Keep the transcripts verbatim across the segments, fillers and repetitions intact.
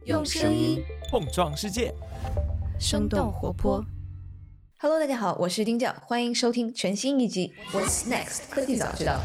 用声音碰撞世界， 生动活泼。Hello， 大家好，我是丁教，欢迎收听全新一集 What's Next 科技早知道。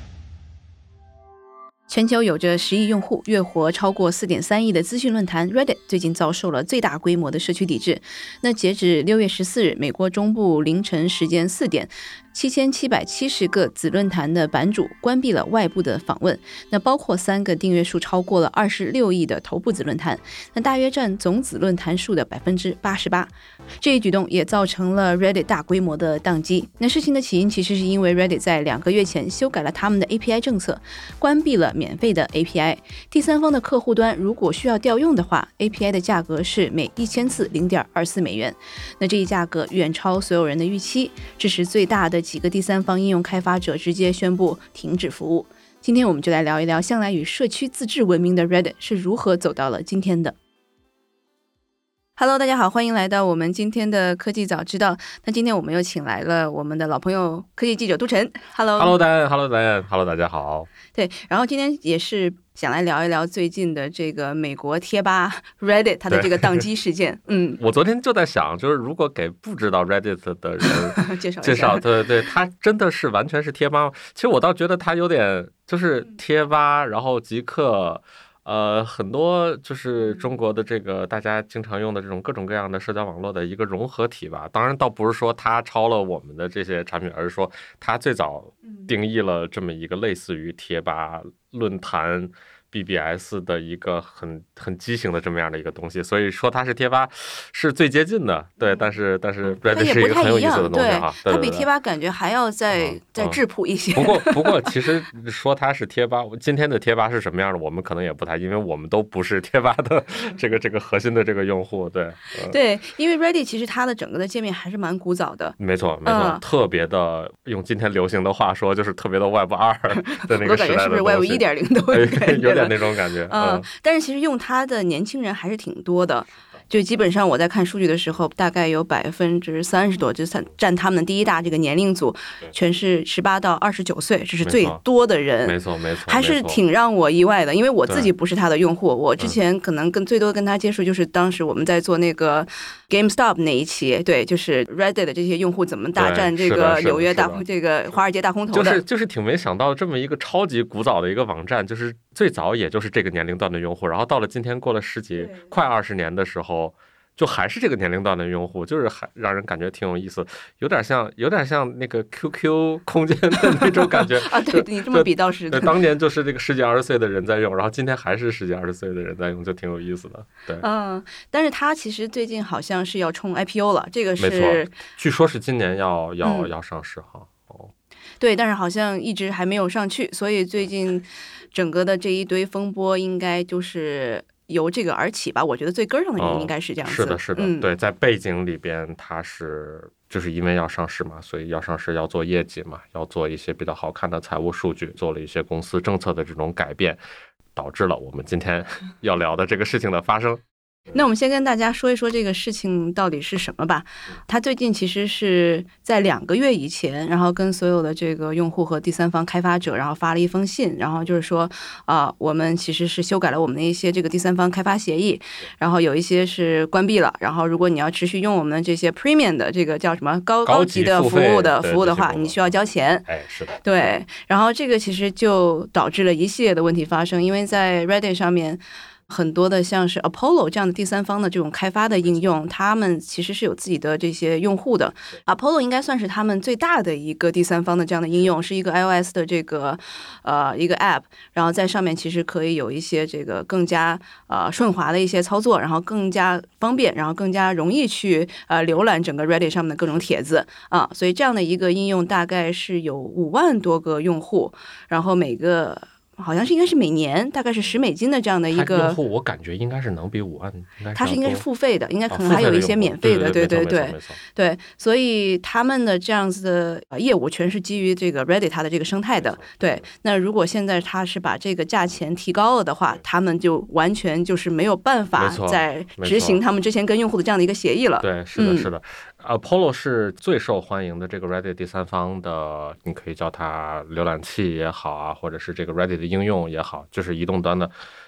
全球有着十亿用户、月活超过 四点三亿的资讯论坛 Reddit 最近遭受了最大规模的社区抵制。那截止六月十四日，美国中部凌晨时间四点，七千七百七十个子论坛的版主关闭了外部的访问，那包括三个订阅数超过了二十六亿的头部子论坛，那大约占总子论坛数的 百分之八十八。 这一举动也造成了 Reddit 大规模的宕机。那事情的起因其实是因为 Reddit 在两个月前修改了他们的 A P I 政策，关闭了免费的 A P I， 第三方的客户端如果需要调用的话， A P I 的价格是每一千次 零点二四美元。那这一价格远超所有人的预期，这是最大的几个第三方应用开发者直接宣布停止服务。今天我们就来聊一聊向来以社区自治闻名的 Reddit 是如何走到了今天的。Hello， 大家好，欢迎来到我们今天的科技早知道。那今天我们又请来了我们的老朋友科技记者杜晨。Hello，Hello， 大家 ，Hello， 大家 ，Hello， 大家好。 对，然后今天也是想来聊一聊最近的这个美国贴吧 Reddit 它的这个宕机事件。嗯， 我昨天就在想，就是如果给不知道 Reddit 的人介绍介绍，对对，它真的是完全是贴吧吗？其实我倒觉得它有点就是贴吧，然后极客。呃，很多就是中国的这个大家经常用的这种各种各样的社交网络的一个融合体吧。当然，倒不是说它抄了我们的这些产品，而是说它最早定义了这么一个类似于贴吧、论坛、B B S 的一个很很畸形的这么样的一个东西。所以说它是贴吧是最接近的，对。但是但是 Reddit 是一个很有意思的东西哈， 对，它比贴吧感觉还要再、嗯、再质朴一些。 不过不过，其实说它是贴吧，今天的贴吧是什么样的，我们可能也不太，因为我们都不是贴吧的这个这个核心的这个用户，对、 嗯、对，因为 Reddit 其实它的整个的界面还是蛮古早的， 没错没错、嗯，特别的用今天流行的话说，就是特别的 Web 二的那个时代的东西，我感觉是不是 Web 一点零都会有点那种感觉， 嗯，嗯但是其实用它的年轻人还是挺多的。就基本上我在看数据的时候，大概有百分之三十多，就占他们的第一大这个年龄组，全是十八到二十九岁，这是最多的人。 没错没错， 还是挺让我意外的，因为我自己不是他的用户，我之前可能跟最多跟他接触就是当时我们在做那个 GameStop 那一期，对，就是 Reddit 的这些用户怎么大战这个纽约大这个华尔街大空头的， 就是就是挺没想到这么一个超级古早的一个网站，就是最早也就是这个年龄段的用户，然后到了今天过了十几快二十年的时候。就还是这个年龄段的用户，就是还让人感觉挺有意思，有点像有点像那个 Q Q 空间的那种感觉啊。对，你这么比倒是对，当年就是这个十几二十岁的人在用，然后今天还是十几二十岁的人在用，就挺有意思的。对， 嗯，但是他其实最近好像是要冲 I P O 了，这个是没错，据说是今年要要、嗯、要上市哈。哦， 对，但是好像一直还没有上去，所以最近整个的这一堆风波应该就是由这个而起吧，我觉得最根上的原因应该是这样子、哦、 是的是的、嗯、对，在背景里边它是就是因为要上市嘛，所以要上市要做业绩嘛，要做一些比较好看的财务数据，做了一些公司政策的这种改变，导致了我们今天要聊的这个事情的发生。 那我们先跟大家说一说这个事情到底是什么吧。他最近其实是在两个月以前，然后跟所有的这个用户和第三方开发者，然后发了一封信，然后就是说啊、呃，我们其实是修改了我们的一些这个第三方开发协议，然后有一些是关闭了，然后如果你要持续用我们的这些 premium 的这个叫什么高高级的服务的服务的话，你需要交钱。 哎，是的， 对。然后这个其实就导致了一系列的问题发生，因为在 Reddit 上面。很多的像是 Apollo 这样的第三方的这种开发的应用，他们其实是有自己的这些用户的。Apollo 应该算是他们最大的一个第三方的这样的应用，是一个 iOS 的这个呃一个 App， 然后在上面其实可以有一些这个更加呃顺滑的一些操作，然后更加方便，然后更加容易去呃浏览整个 Reddit 上面的各种帖子啊，所以这样的一个应用大概是有五万多个用户，然后每个。好像是应该是每年大概是十美金的这样的一个用户，我感觉应该是能比五万， 它是应该是付费的，应该可能还有一些免费的， 哦、 对对对对对，所以他们的这样子的业务全是基于这个 Reddit 它的这个生态的。对，那如果现在他是把这个价钱提高了的话，他们就完全就是没有办法再执行他们之前跟用户的这样的一个协议了。 对，是的，是的。嗯、Apollo 是最受欢迎的这个 Reddit 第三方的，你可以叫它浏览器也好啊，或者是这个 Reddit 的应用也好，就是移动端的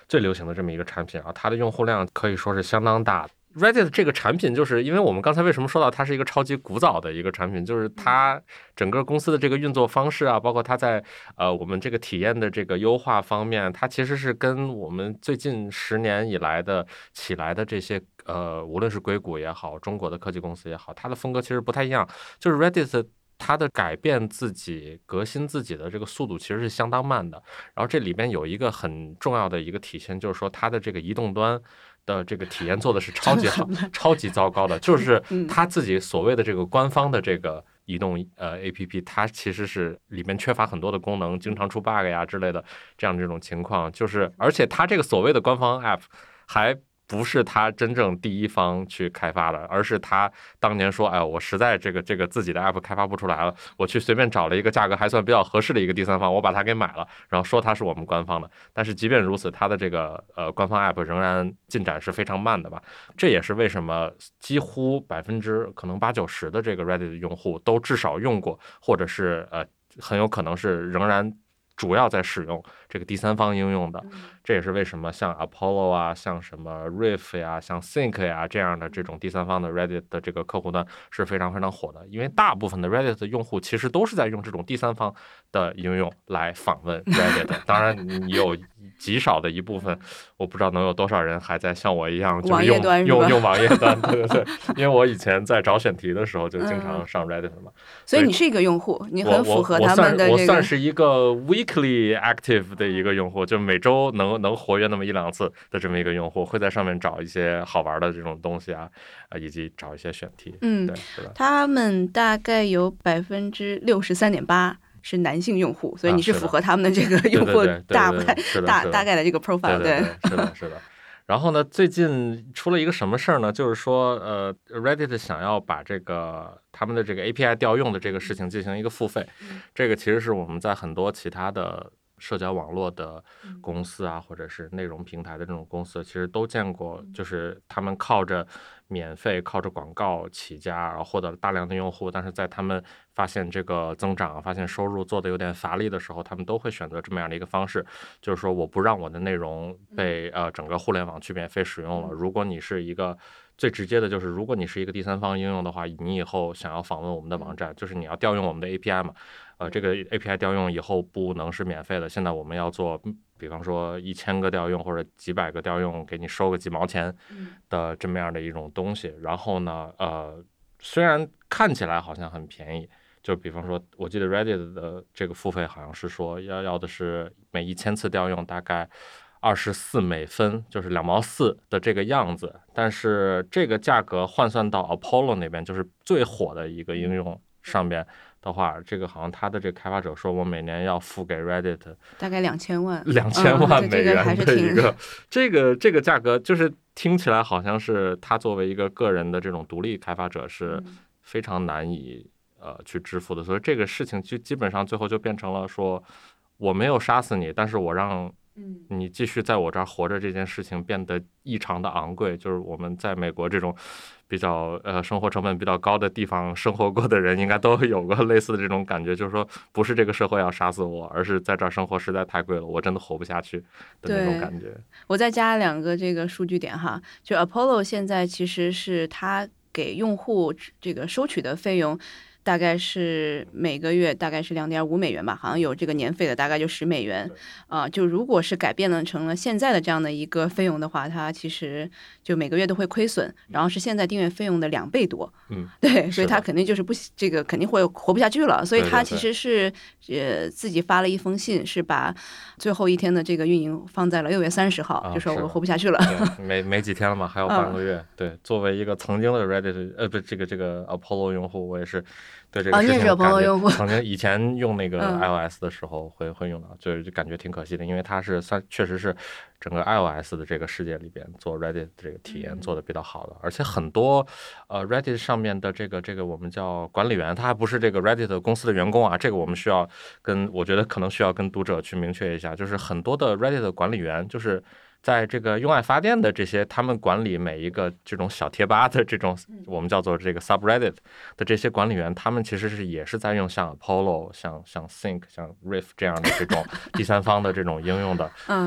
最流行的这么一个产品啊，它的用户量可以说是相当大的。Reddit 这个产品，就是因为我们刚才为什么说到它是一个超级古早的一个产品，就是它整个公司的这个运作方式啊，包括它在呃我们这个体验的这个优化方面，它其实是跟我们最近十年以来的起来的这些呃无论是硅谷也好，中国的科技公司也好，它的风格其实不太一样。就是 Reddit 它的改变自己、革新自己的这个速度其实是相当慢的。然后这里边有一个很重要的一个体现，就是说它的这个移动端的这个体验做的是超级好、超级糟糕的，就是他自己所谓的这个官方的这个移动呃 A P P， 它其实是里面缺乏很多的功能，经常出 bug 呀之类的这样这种情况，就是而且它这个所谓的官方 app 还不是他真正第一方去开发的，而是他当年说，哎，我实在这个这个自己的 app 开发不出来了，我去随便找了一个价格还算比较合适的一个第三方，我把它给买了，然后说它是我们官方的。但是即便如此，它的这个呃官方 app 仍然进展是非常慢的吧？这也是为什么几乎百分之可能八九十的这个 Reddit 的用户都至少用过，或者是呃很有可能是仍然主要在使用这个第三方应用的。这也是为什么像 Apollo 啊，像什么 Riff 呀，像 Sync 呀这样的这种第三方的 Reddit 的这个客户端是非常非常火的。因为大部分的 Reddit 的用户其实都是在用这种第三方的应用来访问 Reddit。当然，你有极少的一部分，我不知道能有多少人还在像我一样就是用用用网页端，对对对。因为我以前在找选题的时候就经常上 Reddit 嘛， 所以你是一个用户，你很符合他们的这个。我算是一个 weekly active 的一个用户，就每周能能活跃那么一两次的这么一个用户，会在上面找一些好玩的这种东西啊，呃，以及找一些选题。 嗯， 对，是的。 他们大概有百分之六十三点八是男性用户，所以你是符合他们的这个用户大大大概的这个 profile。 对，是的，是的。然后呢，最近出了一个什么事儿呢？就是说，呃 ，Reddit 想要把这个他们的这个 A P I 调用的这个事情进行一个付费。这个其实是我们在很多其他的社交网络的公司啊，或者是内容平台的这种公司，其实都见过，就是他们靠着免费、靠着广告起家，然后获得了大量的用户，但是在他们发现这个增长、发现收入做的有点乏力的时候，他们都会选择这么样的一个方式，就是说我不让我的内容被呃整个互联网去免费使用了。如果你是一个最直接的就是，如果你是一个第三方应用的话，你以后想要访问我们的网站，就是你要调用我们的 A P I 嘛。呃，这个 A P I 调用以后不能是免费的，现在我们要做，比方说一千个调用或者几百个调用，给你收个几毛钱的这么样的一种东西。然后呢，呃，虽然看起来好像很便宜，就比方说，我记得 Reddit 的这个付费好像是说要要的是每一千次调用大概二十四美分，就是两毛四的这个样子。但是这个价格换算到 Apollo 那边，就是最火的一个应用上边的话，这个好像他的这个开发者说，我每年要付给 Reddit 大概两千万， 两千万美元的一个、 嗯、 这个这个价格，就是听起来好像是他作为一个个人的这种独立开发者是非常难以呃去支付的，所以这个事情就基本上最后就变成了说，我没有杀死你，但是我让你继续在我这儿活着这件事情变得异常的昂贵。就是我们在美国这种比较呃生活成本比较高的地方生活过的人，应该都有过类似的这种感觉，就是说不是这个社会要杀死我，而是在这儿生活实在太贵了，我真的活不下去的那种感觉。 我再加两个这个数据点哈，就 Apollo 现在其实是它给用户这个收取的费用大概是每个月大概是两点五美元吧，好像有这个年费的大概就十美元啊、呃。就如果是改变了成了现在的这样的一个费用的话，它其实就每个月都会亏损，然后是现在订阅费用的两倍多。 嗯， 对，所以它肯定就是不这个肯定会活不下去了。所以它其实是呃自己发了一封信，是把最后一天的这个运营放在了六月三十号， 啊、 就说我活不下去了。 没没几天了嘛，还有半个月。嗯、对，作为一个曾经的 Reddit 呃不这个这个 Apollo 用户，我也是。对这个事情感觉曾经以前用那个 iOS 的时候会会用到，就就感觉挺可惜的，因为它是算确实是整个 iOS 的这个世界里边做 Reddit 这个体验做的比较好的，而且很多呃 Reddit 上面的这个这个我们叫管理员，他还不是这个 Reddit 公司的员工啊，这个我们需要跟我觉得可能需要跟读者去明确一下，就是很多的 Reddit 的管理员就是在这个用爱发电的这些，他们管理每一个这种小贴吧的这种我们叫做这个 subreddit 的这些管理员，他们其实是也是在用像 Apollo、像像 Sync、像 Riff 这样的这种第三方的这种应用的。 嗯。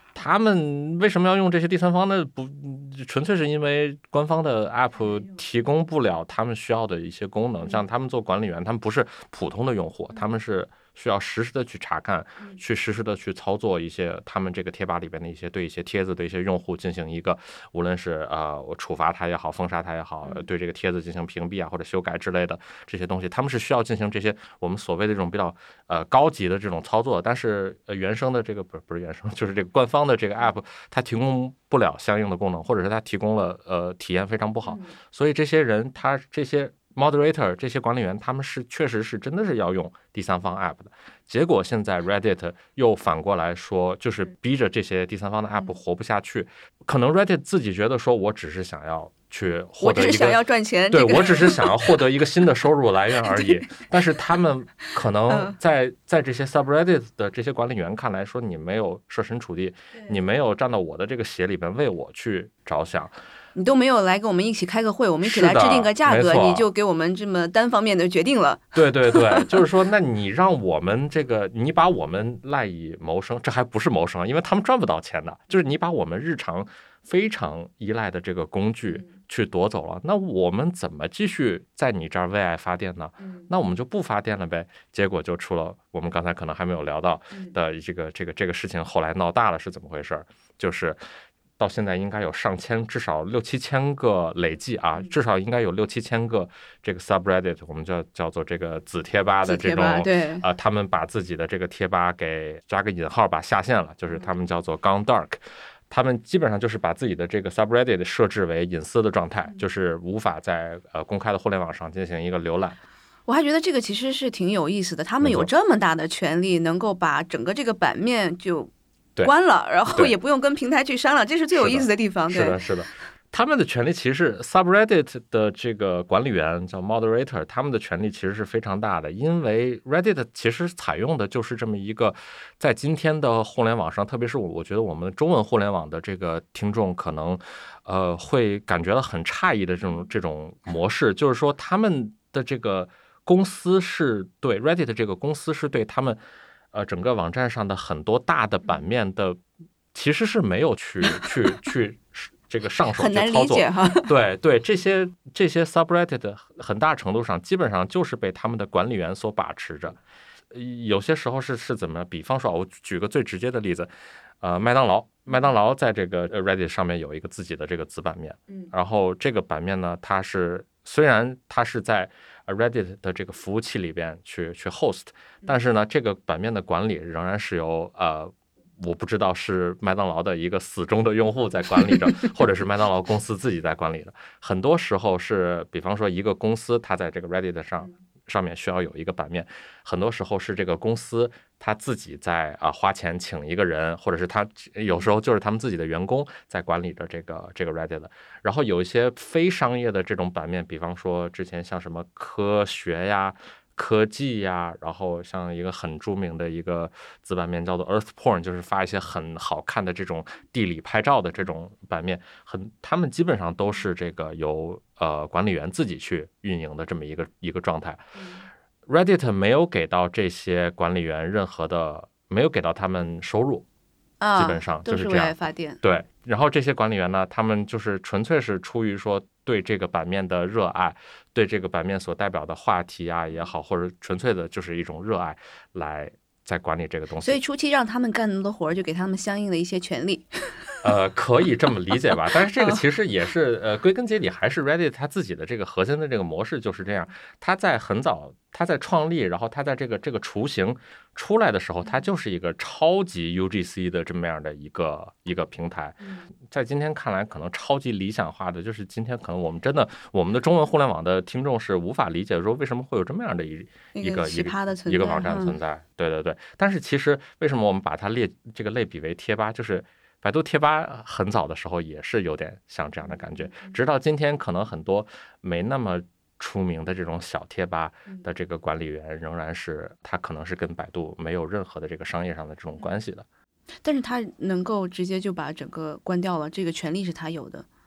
他们为什么要用这些第三方呢？不，纯粹是因为官方的 app 提供不了他们需要的一些功能。像他们做管理员，他们不是普通的用户，他们是需要实时的去查看，去实时的去操作一些他们这个贴吧里边的一些对一些帖子的一些用户进行一个，无论是呃我处罚他也好，封杀他也好，对这个帖子进行屏蔽啊或者修改之类的这些东西，他们是需要进行这些我们所谓的这种比较呃高级的这种操作。但是呃原生的这个不是不是原生，就是这个官方的这个 app 它提供不了相应的功能，或者是它提供了呃体验非常不好，所以这些人他这些moderator 这些管理员他们是确实是真的是要用第三方 app 的。结果现在 Reddit 又反过来说，就是逼着这些第三方的 app 活不下去。可能 Reddit 自己觉得说，我只是想要去获得一个， 我只是想要赚钱， 对、 这个、 我只是想要获得一个新的收入来源而已。但是他们可能在在这些 subreddit 的这些管理员看来说，你没有设身处地，你没有站到我的这个鞋里边为我去着想。 你都没有来跟我们一起开个会，我们一起来制定个价格，你就给我们这么单方面的决定了。 对对对，就是说，那你让我们这个，你把我们赖以谋生，这还不是谋生，因为他们赚不到钱的，就是你把我们日常非常依赖的这个工具去夺走了，那我们怎么继续在你这儿为爱发电呢？那我们就不发电了呗。结果就出了我们刚才可能还没有聊到的这个这个这个事情，后来闹大了是怎么回事？就是到现在应该有上千，至少六七千个累计啊，至少应该有六七千个这个 subreddit， 我们叫叫做这个子贴吧的这种， 对啊、 呃，他们把自己的这个贴吧给加个引号吧下线了，就是他们叫做 gone dark。他们基本上就是把自己的这个 subreddit 设置为隐私的状态，就是无法在呃公开的互联网上进行一个浏览。 我还觉得这个其实是挺有意思的，他们有这么大的权利，能够把整个这个版面就关了，然后也不用跟平台去商量，这是最有意思的地方。 是的，是的。他们的权利其实是 subreddit 的这个管理员叫 moderator， 他们的权利其实是非常大的，因为 Reddit 其实采用的就是这么一个，在今天的互联网上，特别是我我觉得我们中文互联网的这个听众可能呃会感觉到很诧异的这种这种模式，就是说他们的这个公司是对 Reddit 这个公司是对他们呃整个网站上的很多大的版面的其实是没有去去去这个上手去操作， 很难理解哈。 对对，这些这些 subreddit 很大程度上基本上就是被他们的管理员所把持着。有些时候是是怎么？比方说，我举个最直接的例子，呃，麦当劳，麦当劳在这个 Reddit 上面有一个自己的这个子版面，然后这个版面呢，它是虽然它是在 Reddit 的这个服务器里边去去 host， 但是呢，这个版面的管理仍然是由呃。我不知道是麦当劳的一个死忠的用户在管理着，或者是麦当劳公司自己在管理的。很多时候是，比方说一个公司，它在这个 Reddit 上上面需要有一个版面，很多时候是这个公司他自己在啊花钱请一个人，或者是他有时候就是他们自己的员工在管理着这个这个 Reddit 的。然后有一些非商业的这种版面，比方说之前像什么科学呀。科技呀，然后像一个很著名的一个子版面叫做 Earth Porn， 就是发一些很好看的这种地理拍照的这种版面，很他们基本上都是这个由呃管理员自己去运营的这么一个一个状态。Reddit 没有给到这些管理员任何的，没有给到他们收入， 啊、 基本上就是这样。 都是为爱发电。 对，然后这些管理员呢，他们就是纯粹是出于说对这个版面的热爱，对这个版面所代表的话题啊也好，或者纯粹的就是一种热爱来在管理这个东西。 所以初期让他们干那么多活，就给他们相应的一些权利。 呃，可以这么理解吧？但是这个其实也是呃，归根结底还是 Reddit 它自己的这个核心的这个模式就是这样。它在很早，它在创立，然后它在这个这个雏形出来的时候，它就是一个超级 U G C 的这么样的一个一个平台。在今天看来，可能超级理想化的，就是今天可能我们真的我们的中文互联网的听众是无法理解说为什么会有这么样的一一个奇葩的存在一个网站存在。嗯、对对对，但是其实为什么我们把它列这个类比为贴吧，就是百度贴吧很早的时候也是有点像这样的感觉，直到今天可能很多没那么出名的这种小贴吧的这个管理员仍然是他可能是跟百度没有任何的这个商业上的这种关系的， 但是他能够直接就把整个关掉了，这个权利是他有的。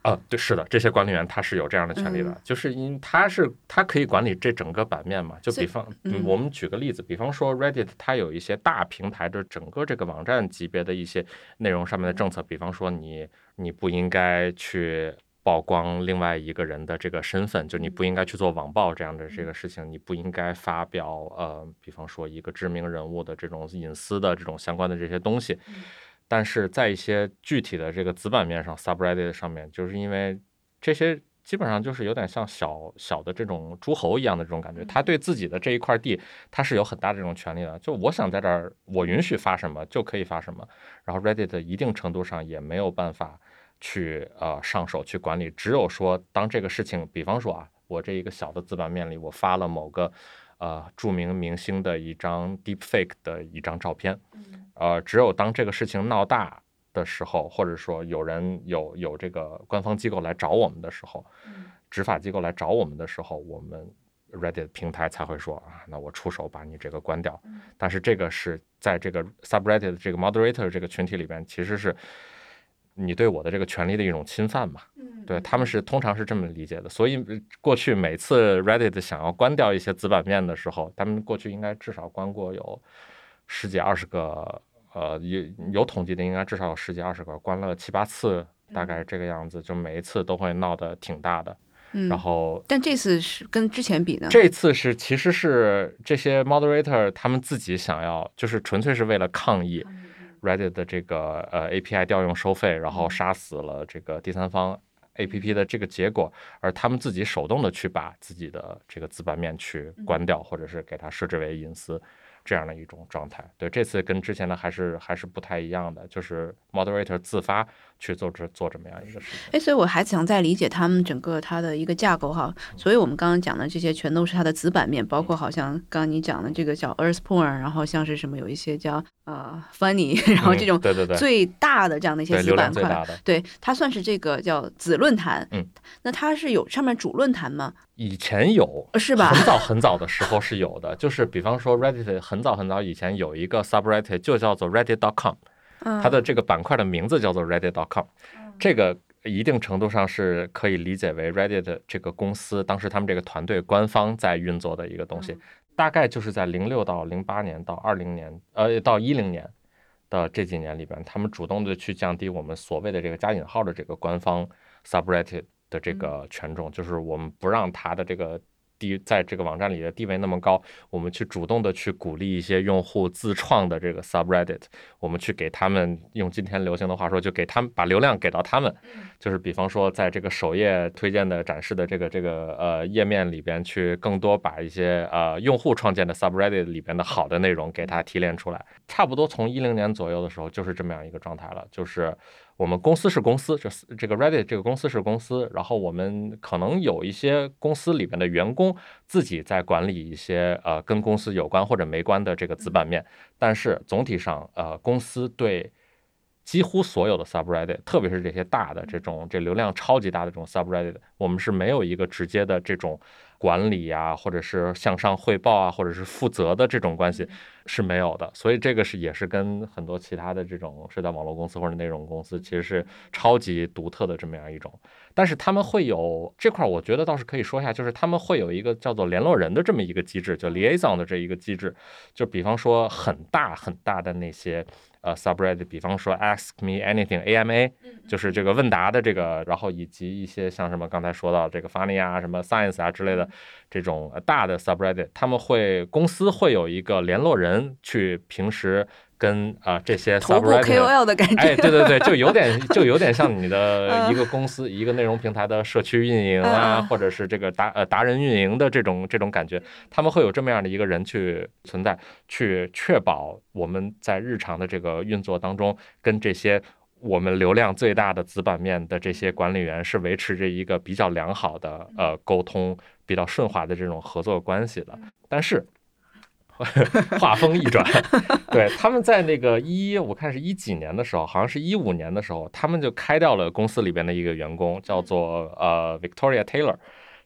啊，对，是的，这些管理员他是有这样的权利的，嗯、就是因他是他可以管理这整个版面嘛。就比方，嗯、我们举个例子，比方说 Reddit 它有一些大平台的整个这个网站级别的一些内容上面的政策，比方说你你不应该去曝光另外一个人的这个身份，就你不应该去做网暴这样的这个事情，你不应该发表呃，比方说一个知名人物的这种隐私的这种相关的这些东西。但是在一些具体的这个子版面上 subreddit 上面，就是因为这些基本上就是有点像小小的这种诸侯一样的这种感觉，他对自己的这一块地他是有很大的这种权利的，就我想在这儿我允许发什么就可以发什么，然后 Reddit 一定程度上也没有办法去呃上手去管理，只有说当这个事情，比方说啊，我这一个小的子版面里我发了某个呃著名明星的一张 deepfake 的一张照片，呃，只有当这个事情闹大的时候，或者说有人有有这个官方机构来找我们的时候，执法机构来找我们的时候，我们 Reddit 平台才会说啊，那我出手把你这个关掉。但是这个是在这个 subreddit 这个 moderator 这个群体里边，其实是你对我的这个权利的一种侵犯嘛。对，他们是通常是这么理解的。所以过去每次 Reddit 想要关掉一些子版面的时候，他们过去应该至少关过有十几二十个，呃，有有统计的应该至少有十几二十个，关了七八次，大概这个样子，就每一次都会闹得挺大的。嗯、然后， 但这次是跟之前比呢？ 这次是其实是这些 moderator 他们自己想要，就是纯粹是为了抗议 Reddit 的这个呃 A P I 调用收费，然后杀死了这个第三方 A P P 的这个结果，而他们自己手动的去把自己的这个子版面去关掉，或者是给它设置为隐私。这样的一种状态，对，这次跟之前的还是还是不太一样的，就是 moderator 自发去做这做这么样一个事情。 哎，所以我还想再理解他们整个它的一个架构哈。所以我们刚刚讲的这些全都是它的子版面，包括好像刚刚你讲的这个叫 Earthporn， 然后像是什么有一些叫呃 Funny， 然后这种最大的这样的一些子板块， 嗯、 对, 对，它算是这个叫子论坛。 嗯， 那它是有上面主论坛吗？ 以前有， 是吧？ 很早很早的时候是有的，就是比方说 Reddit 很早很早以前有一个 subreddit 就叫做 reddit dot com， 它的这个板块的名字叫做 reddit dot com， 这个一定程度上是可以理解为 Reddit 这个公司当时他们这个团队官方在运作的一个东西，大概就是在零六到零八年到二零年呃到一零年的这几年里边，他们主动的去降低我们所谓的这个加引号的这个官方 subreddit的这个权重，就是我们不让它的这个地在这个网站里的地位那么高，我们去主动的去鼓励一些用户自创的这个 subreddit， 我们去给他们用今天流行的话说，就给他们把流量给到他们，就是比方说在这个首页推荐的展示的这个这个呃页面里边去更多把一些呃用户创建的 subreddit 里边的好的内容给它提炼出来，差不多从一零年左右的时候就是这么样一个状态了，就是我们公司是公司，就是这个 Reddit 这个公司是公司，然后我们可能有一些公司里面的员工自己在管理一些呃跟公司有关或者没关的这个子版面，但是总体上呃公司对几乎所有的 subreddit， 特别是这些大的这种这流量超级大的这种 subreddit， 我们是没有一个直接的这种管理啊，或者是向上汇报啊，或者是负责的这种关系是没有的，所以这个是也是跟很多其他的这种社交网络公司或者内容公司其实是超级独特的这么样一种，但是他们会有这块我觉得倒是可以说一下，就是他们会有一个叫做联络人的这么一个机制，叫 liaison 的这一个机制，就比方说很大很大的那些呃 subreddit， 比方说 ask me anything A M A， 就是这个问答的这个，然后以及一些像什么刚才说到这个 funny 啊什么 science 啊之类的这种大的 subreddit， 他们会公司会有一个联络人去平时跟啊、呃、这些 subreddit K O L 的感觉， 哎，对对对，就有点就有点像你的一个公司、一个内容平台的社区运营啊，或者是这个达呃达人运营的这种这种感觉，他们会有这么样的一个人去存在，去确保我们在日常的这个运作当中，跟这些我们流量最大的子版面的这些管理员是维持着一个比较良好的呃沟通、比较顺滑的这种合作关系的，但是。话锋一转，对，他们在那个一，我看是一几年的时候，好像是一五年的时候，他们就开掉了公司里边的一个员工，叫做呃 Victoria Taylor。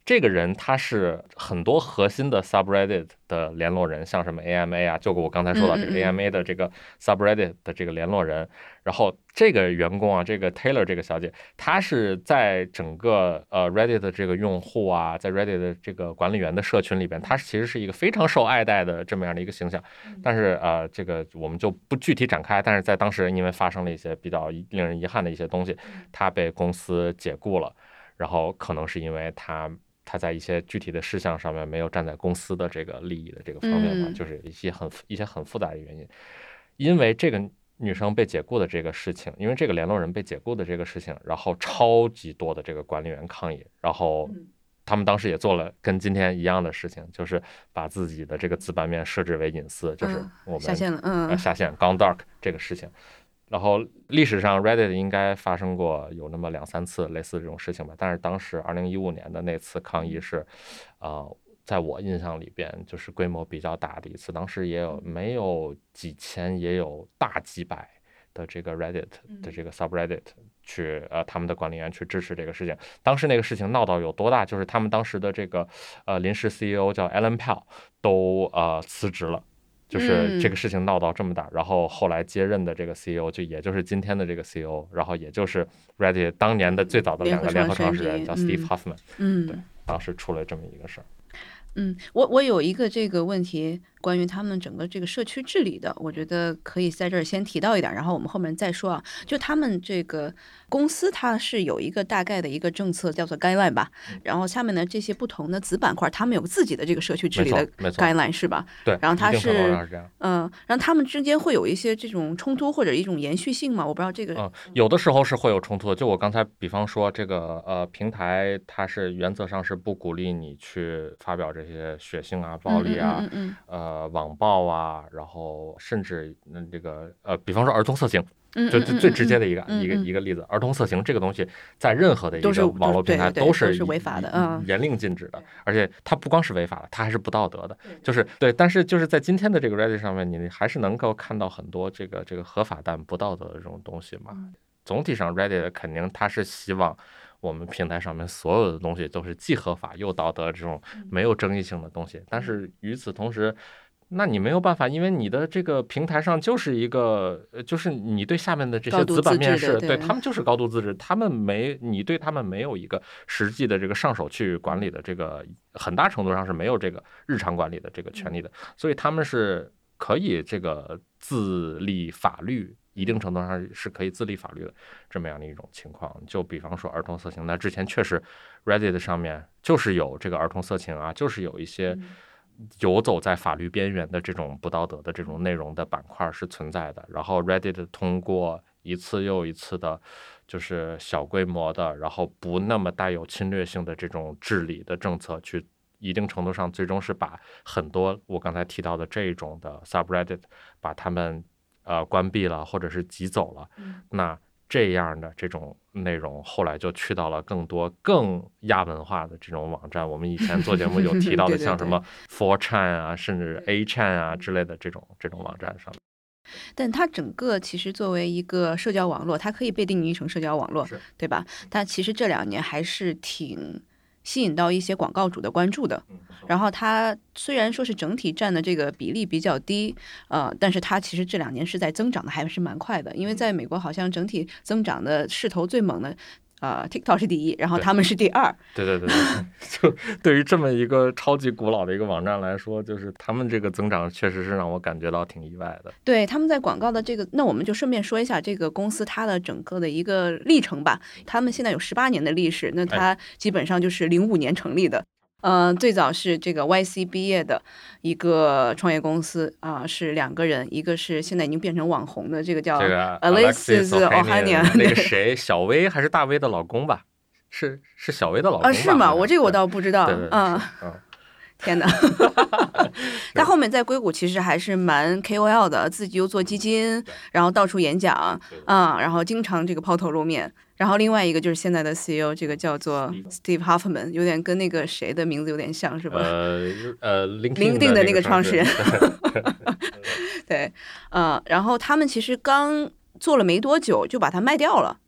这个人他是很多核心的 subreddit 的联络人，像什么 A M A 啊，就我刚才说到这个 A M A 的这个 subreddit 的这个联络人，然后这个员工啊，这个 Taylor 这个小姐，她是在整个呃 Reddit 的这个用户啊，在 Reddit 的这个管理员的社群里边，她其实是一个非常受爱戴的这么样的一个形象。但是呃，这个我们就不具体展开。但是在当时因为发生了一些比较令人遗憾的一些东西，她被公司解雇了，然后可能是因为她。他在一些具体的事项上面没有站在公司的这个利益的这个方面嘛，就是一些很一些很复杂的原因。因为这个女生被解雇的这个事情，因为这个联络人被解雇的这个事情，然后超级多的这个管理员抗议，然后他们当时也做了跟今天一样的事情，就是把自己的这个子版面设置为隐私，就是我们下线了，嗯， 呃、下线 gone dark 这个事情。然后历史上 Reddit 应该发生过有那么两三次类似这种事情吧，但是当时二零一五年的那次抗议是，呃，在我印象里边就是规模比较大的一次，当时也有没有几千，也有大几百的这个 Reddit 的这个 subreddit 去呃他们的管理员去支持这个事情。当时那个事情闹到有多大，就是他们当时的这个呃临时 C E O 叫 Alan Pell 都呃辞职了。就是这个事情闹到这么大，嗯、然后后来接任的这个 C E O 就也就是今天的这个 C E O， 然后也就是 Reddit 当年的最早的两个联合创始人叫 Steve Huffman，嗯，对，当时出了这么一个事儿。 嗯，我我有一个这个问题，关于他们整个这个社区治理的，我觉得可以在这儿先提到一点，然后我们后面再说啊。就他们这个公司，它是有一个大概的一个政策，叫做 guideline 吧。然后下面的这些不同的子板块，他们有自己的这个社区治理的 guideline 是吧？ 对。 然后它是嗯、 呃，然后他们之间会有一些这种冲突或者一种延续性吗？我不知道这个。 嗯，有的时候是会有冲突的。就我刚才比方说这个呃平台，它是原则上是不鼓励你去发表这些血腥啊。啊，暴力啊， 嗯嗯嗯嗯呃，网暴啊，然后甚至嗯，这个呃，比方说儿童色情， 嗯就最直接的一个、 嗯、 一个一个例子，儿童色情这个东西，在任何的一个网络平台都是是违法的，嗯， 严令禁止的，而且它不光是违法的，它还是不道德的，就是对。但是就是在今天的这个 Reddit 上面，你还是能够看到很多这个这个合法但不道德的这种东西嘛。 嗯、 总体上 Reddit 肯定它是希望。我们平台上面所有的东西都是既合法又道德这种没有争议性的东西，但是与此同时，那你没有办法，因为你的这个平台上就是一个，就是你对下面的这些子版面是对他们就是高度自治，他们没你对他们没有一个实际的这个上手去管理的这个，很大程度上是没有这个日常管理的这个权利的，所以他们是可以这个自立法律。一定程度上是可以自立法律的这么样的一种情况，就比方说儿童色情，那之前确实 Reddit 上面就是有这个儿童色情啊，就是有一些游走在法律边缘的这种不道德的这种内容的板块是存在的。然后 Reddit 通过一次又一次的，就是小规模的，然后不那么带有侵略性的这种治理的政策，去一定程度上最终是把很多我刚才提到的这种的 subreddit 把他们。呃，关闭了或者是挤走了， 嗯、 那这样的这种内容后来就去到了更多更亚文化的这种网站。我们以前做节目有提到的，像什么 four chan 啊，甚至 eight chan 啊之类的这种这种网站上面。 但它整个其实作为一个社交网络，它可以被定义成社交网络，对吧？它其实这两年还是挺吸引到一些广告主的关注的。然后它虽然说是整体占的这个比例比较低，呃，但是它其实这两年是在增长的，还是蛮快的。因为在美国好像整体增长的势头最猛的，呃 ，TikTok 是第一，然后他们是第二。 对对对对，就对于这么一个超级古老的一个网站来说，就是他们这个增长确实是让我感觉到挺意外的。 对，他们在广告的这个，那我们就顺便说一下这个公司它的整个的一个历程吧。他们现在有十八年的历史，那它基本上就是零五年成立的。呃，最早是这个 Y C 毕业的一个创业公司啊、呃，是两个人，一个是现在已经变成网红的这个叫 Alexis Ohanian， 那个谁，小薇还是大薇的老公吧？是是小薇的老公吧？ 啊，是吗？我这个我倒不知道。 嗯嗯，天哪！他后面在硅谷其实还是蛮 K O L 的，自己又做基金，然后到处演讲啊、嗯，然后经常这个抛头露面。然后另外一个就是现在的 C E O， 这个叫做 Steve Huffman， 有点跟那个谁的名字有点像，是吧？ 呃呃 ，LinkedIn 的那个创始人。对，呃，然后他们其实刚做了没多久就把它卖掉了。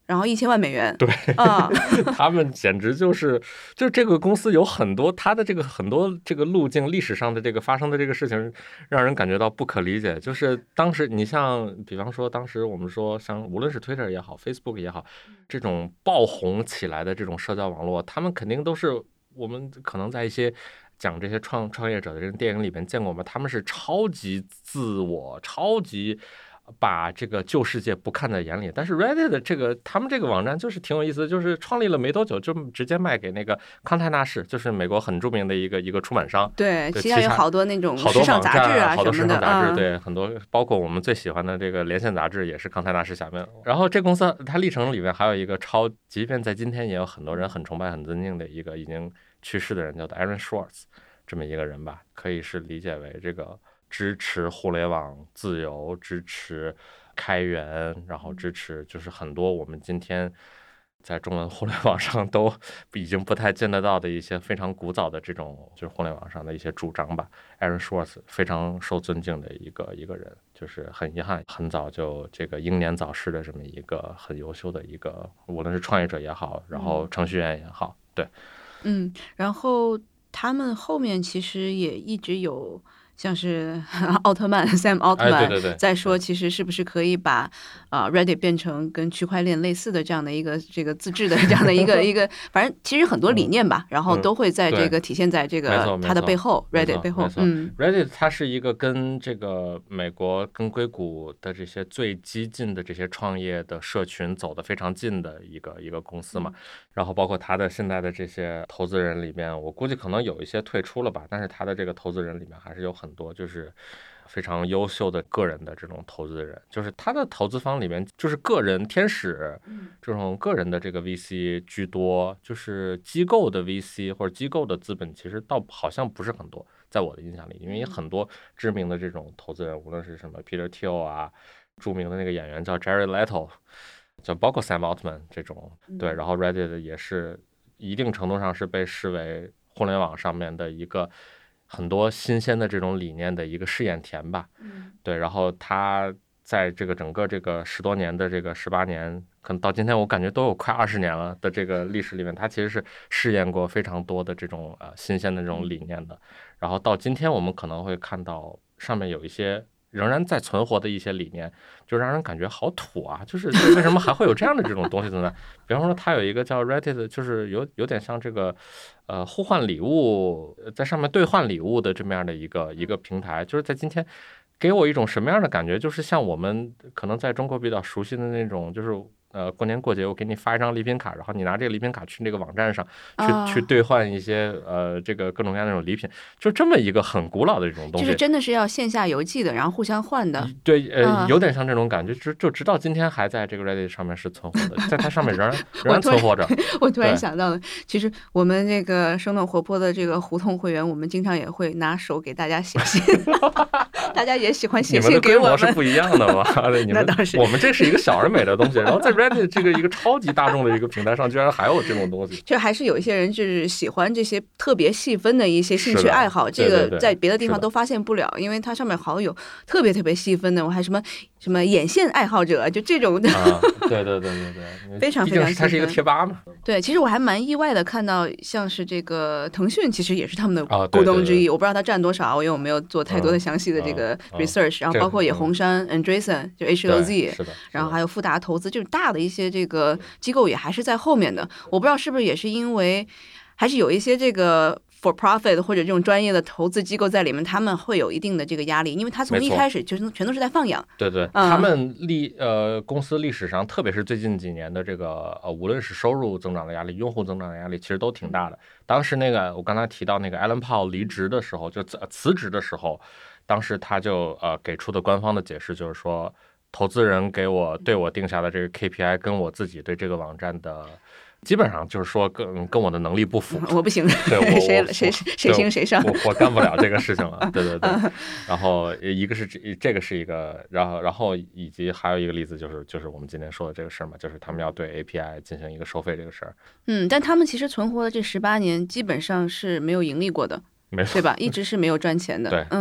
然后一千万美元。 对， 啊， 他们简直就是，就是这个公司有很多它的这个很多这个路径，历史上的这个发生的这个事情，让人感觉到不可理解。就是当时你像，比方说当时我们说像无论是 Twitter 也好 ，Facebook 也好，这种爆红起来的这种社交网络，他们肯定都是我们可能在一些讲这些创创业者的这个电影里面见过嘛，他们是超级自我，超级。把这个旧世界不看在眼里，但是 Reddit 的这个他们这个网站就是挺有意思的，就是创立了没多久就直接卖给那个康泰纳仕，就是美国很著名的一个一个出版商。 对， 对， 旗下有好多那种时尚杂志啊好多时尚杂志， 嗯、 对，很多包括我们最喜欢的这个连线杂志也是康泰纳仕下面。然后这公司它历程里面还有一个超，即便在今天也有很多人很崇拜、很尊敬的一个已经去世的人，叫做 Aaron Swartz， 这么一个人吧，可以是理解为这个。支持互联网自由，支持开源，然后支持就是很多我们今天在中文互联网上都已经不太见得到的一些非常古早的这种就是互联网上的一些主张吧。Aaron Swartz 非常受尊敬的一个一个人，就是很遗憾，很早就这个英年早逝的这么一个很优秀的一个，无论是创业者也好，然后程序员也好，对， 嗯，然后他们后面其实也一直有。像是奥特曼 Sam 奥特曼、 哎、对对对在说其实是不是可以把啊、呃、Reddit 变成跟区块链类似的这样的一个这个自治的这样的一个一个，反正其实很多理念吧，然后都会在这个体现在这个它的背后 Reddit 背后。 嗯 ，Reddit 它是一个跟这个美国跟硅谷的这些最激进的这些创业的社群走得非常近的一个一个公司嘛。然后包括他的现在的这些投资人里面，我估计可能有一些退出了吧，但是他的这个投资人里面还是有很多就是非常优秀的个人的这种投资人，就是他的投资方里面就是个人天使这种个人的这个 V C 居多，就是机构的 V C 或者机构的资本其实倒好像不是很多，在我的印象里，因为很多知名的这种投资人，无论是什么 Peter Thiel 啊，著名的那个演员叫 Jared Leto，就包括 Sam Altman 这种，对，然后 Reddit 也是一定程度上是被视为互联网上面的一个很多新鲜的这种理念的一个试验田吧，对，然后他在这个整个这个十多年的这个十八年，可能到今天我感觉都有快二十年了的这个历史里面，他其实是试验过非常多的这种呃新鲜的这种理念的，然后到今天我们可能会看到上面有一些仍然在存活的一些理念，就让人感觉好土啊！就是为什么还会有这样的这种东西存在？比方说，它有一个叫 Reddit， 就是有有点像这个呃互换礼物，在上面兑换礼物的这么样的一个一个平台，就是在今天给我一种什么样的感觉？就是像我们可能在中国比较熟悉的那种，就是。呃，过年过节我给你发一张礼品卡，然后你拿这个礼品卡去那个网站上去、哦、去兑换一些呃这个各种各样的那种礼品，就这么一个很古老的这种东西， 就是真的是要线下邮寄的，然后互相换的。 对，呃，啊、有点像这种感觉，就就直到今天还在这个 Reddit 上面是存活的，在它上面仍然仍然存活着。 我突然想到了，其实我们这个生动活泼的这个胡同会员，我们经常也会拿手给大家写信，大家也喜欢写信给我们。 你们的规模是不一样的嘛？你们那倒是， 我们这是一个小而美的东西，然后在 Reddit 这个一个超级大众的一个平台上，居然还有这种东西。 就还是有一些人就是喜欢这些特别细分的一些兴趣爱好，这个在别的地方都发现不了，因为它上面好有特别特别细分的，我还什么什么眼线爱好者，就这种的。 啊、对对对对对， 非常非常细分。 它是一个贴吧嘛。 对，其实我还蛮意外的，看到像是这个腾讯，其实也是他们的股东之一。 啊、对对对， 我不知道它占多少，因为我没有做太多的详细的这个 research、嗯嗯。然后包括也红杉、嗯、Andreessen 就 H 六 Z， 然后还有富达投资，就是大的一些这个机构也还是在后面的。我不知道是不是也是因为还是有一些这个 for profit 或者这种专业的投资机构在里面，他们会有一定的这个压力，因为他从一开始就是全都是在放养。 对对， 嗯、 他们历呃公司历史上，特别是最近几年的这个呃，无论是收入增长的压力、用户增长的压力，其实都挺大的。当时那个我刚才提到那个 Alan Paul 离职的时候，就辞职的时候，当时他就呃给出的官方的解释就是说，投资人给我对我定下的这个 K P I 跟我自己对这个网站的。基本上就是说跟跟我的能力不符， 我不行， 对我谁谁谁行谁上， 我我干不了这个事情了，对对对。然后一个是这这个是一个，然后然后以及还有一个例子就是就是我们今天说的这个事儿嘛，就是他们要对 A P I 进行一个收费这个事儿。 嗯，但他们其实存活的这十八年基本上是没有盈利过的。 没错， 对吧？一直是没有赚钱的。 对， 嗯， 对，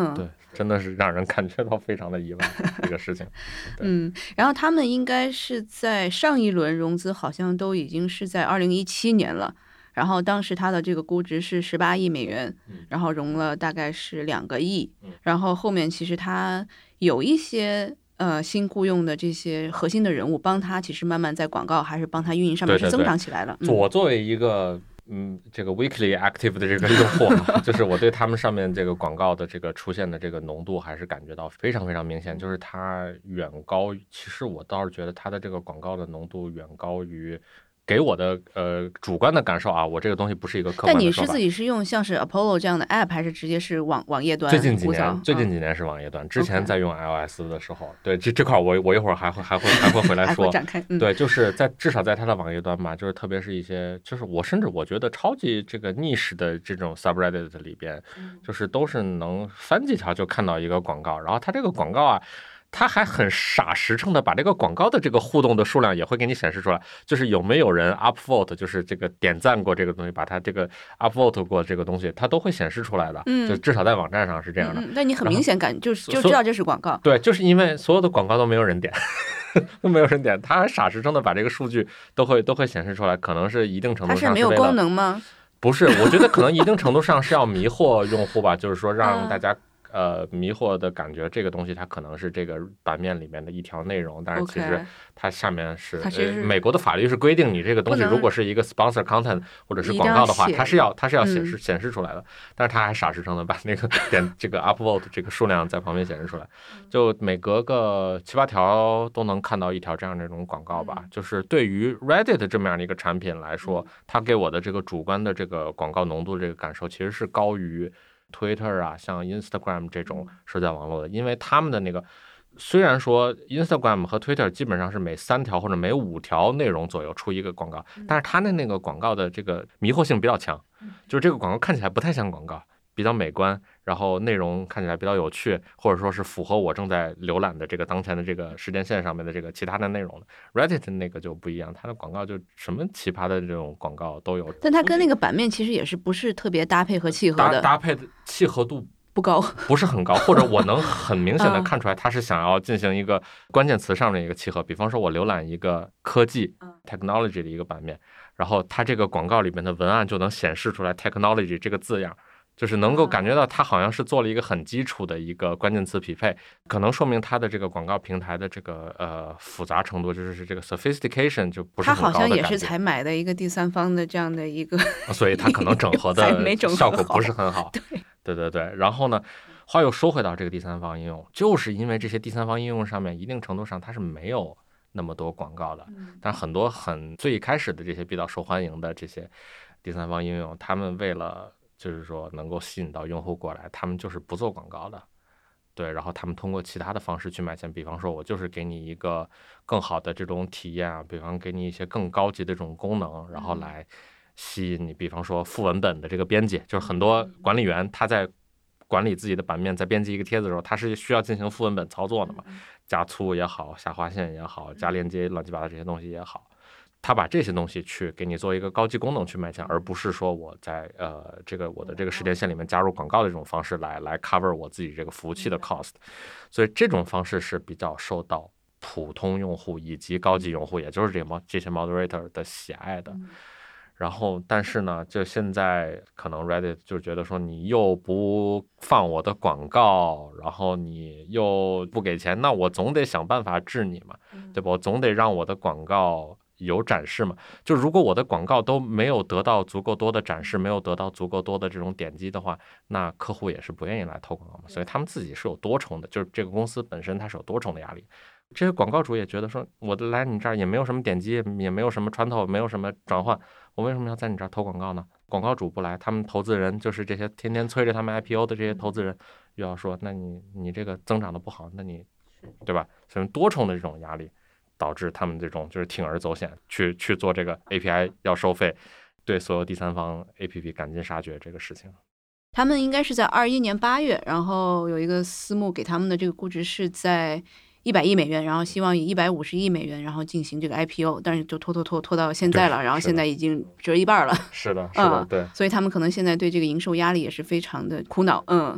真的是让人感觉到非常的意外这个事情。 嗯，然后他们应该是在上一轮融资好像都已经是在二零一七年了。然后当时它的这个估值是十八亿美元，然后融了大概是两个亿，然后后面其实它有一些呃新雇佣的这些核心的人物帮他，其实慢慢在广告还是帮他运营上面是增长起来了。 对对对，我作为一个嗯这个 weekly active 的这个用户，就是我对他们上面这个广告的这个出现的这个浓度还是感觉到非常非常明显，就是它远高，其实我倒是觉得它的这个广告的浓度远高于。给我的呃主观的感受啊，我这个东西不是一个客观的说法。 但你是自己是用像是 Apollo 这样的 app， 还是直接是网网页端？ 最近几年，最近几年是网页端，嗯、之前在用 iOS 的时候， okay. 对这这块我我一会儿还会还会还会回来说。 展开、嗯。 对，就是在至少在它的网页端吧，就是特别是一些，就是我甚至我觉得超级这个 niche 的这种 subreddit 里边，就是都是能翻几条就看到一个广告，然后它这个广告啊。他还很傻实诚的把这个广告的这个互动的数量也会给你显示出来，就是有没有人 upvote， 就是这个点赞过这个东西，把它这个 upvote 过这个东西，它都会显示出来的，嗯、就至少在网站上是这样的。 嗯嗯、但你很明显感就是就知道这是广告。 对，就是因为所有的广告都没有人点，都没有人点，他还傻实诚的把这个数据都会都会显示出来，可能是一定程度上是它是没有功能吗？ 不是，我觉得可能一定程度上是要迷惑用户吧，就是说让大家。呃，迷惑的感觉，这个东西它可能是这个版面里面的一条内容，但是其实它下面是， 它是呃、美国的法律是规定，你这个东西如果是一个 sponsor content 或者是广告的话，它是要它是要显示、嗯、显示出来的，但是它还傻实诚的把那个点这个 upvote 这个数量在旁边显示出来，就每隔个七八条都能看到一条这样的这种广告吧。嗯、就是对于 Reddit 这么样的一个产品来说，它给我的这个主观的这个广告浓度这个感受，其实是高于。Twitter 啊，像 Instagram 这种社交网络的，因为他们的那个虽然说 Instagram 和 Twitter 基本上是每三条或者每五条内容左右出一个广告，但是它的那个广告的这个迷惑性比较强，就是这个广告看起来不太像广告，比较美观，然后内容看起来比较有趣，或者说是符合我正在浏览的这个当前的这个时间线上面的这个其他的内容的。Reddit 那个就不一样，它的广告就什么奇葩的这种广告都有， 但它跟那个版面其实也是不是特别搭配和契合的， 搭, 搭配的契合度不高， 不是很高，或者我能很明显的看出来它是想要进行一个关键词上的一个契合，比方说我浏览一个科技 technology 的一个版面，然后它这个广告里面的文案就能显示出来 technology 这个字样，就是能够感觉到它好像是做了一个很基础的一个关键词匹配，可能说明它的这个广告平台的这个呃复杂程度，就是这个 sophistication 就不是很高的感觉。它好像也是才买的一个第三方的这样的一个， 所以它可能整合的效果不是很好。 对对对对，然后呢，话又说回到这个第三方应用，就是因为这些第三方应用上面一定程度上它是没有那么多广告的，但很多很最开始的这些比较受欢迎的这些第三方应用，他们为了就是说能够吸引到用户过来，他们就是不做广告的，对，然后他们通过其他的方式去卖钱，比方说我就是给你一个更好的这种体验啊，比方给你一些更高级的这种功能，然后来吸引你，比方说副文本的这个编辑，就是很多管理员他在管理自己的版面，在编辑一个帖子的时候，他是需要进行副文本操作的嘛，加粗也好，下划线也好，加链接乱七八糟这些东西也好，他把这些东西去给你做一个高级功能去卖钱，而不是说我在呃这个我的这个时间线里面加入广告的这种方式来来 cover 我自己这个服务器的 cost， 所以这种方式是比较受到普通用户以及高级用户，也就是这些这些 moderator 的喜爱的。然后但是呢，就现在可能 Reddit 就觉得说你又不放我的广告，然后你又不给钱，那我总得想办法治你嘛，对吧？我总得让我的广告有展示嘛，就如果我的广告都没有得到足够多的展示，没有得到足够多的这种点击的话，那客户也是不愿意来投广告嘛，所以他们自己是有多重的，就是这个公司本身它是有多重的压力。这些广告主也觉得说，我来你这儿也没有什么点击，也没有什么穿透，没有什么转换，我为什么要在你这儿投广告呢？广告主不来，他们投资人就是这些天天催着他们 I P O 的这些投资人又要说，那你你这个增长的不好，那你对吧？所以多重的这种压力导致他们这种就是铤而走险去去做这个 A P I 要收费，对所有第三方 A P P 赶尽杀绝这个事情。 他们应该是在二一年八月，然后有一个私募给他们的这个估值是在一百亿美元，然后希望以一百五十亿美元然后进行这个 I P O， 但是就拖拖拖拖到现在了，然后现在已经折一半了。 是的，是的，对、 嗯。所以他们可能现在对这个营收压力也是非常的苦恼。嗯。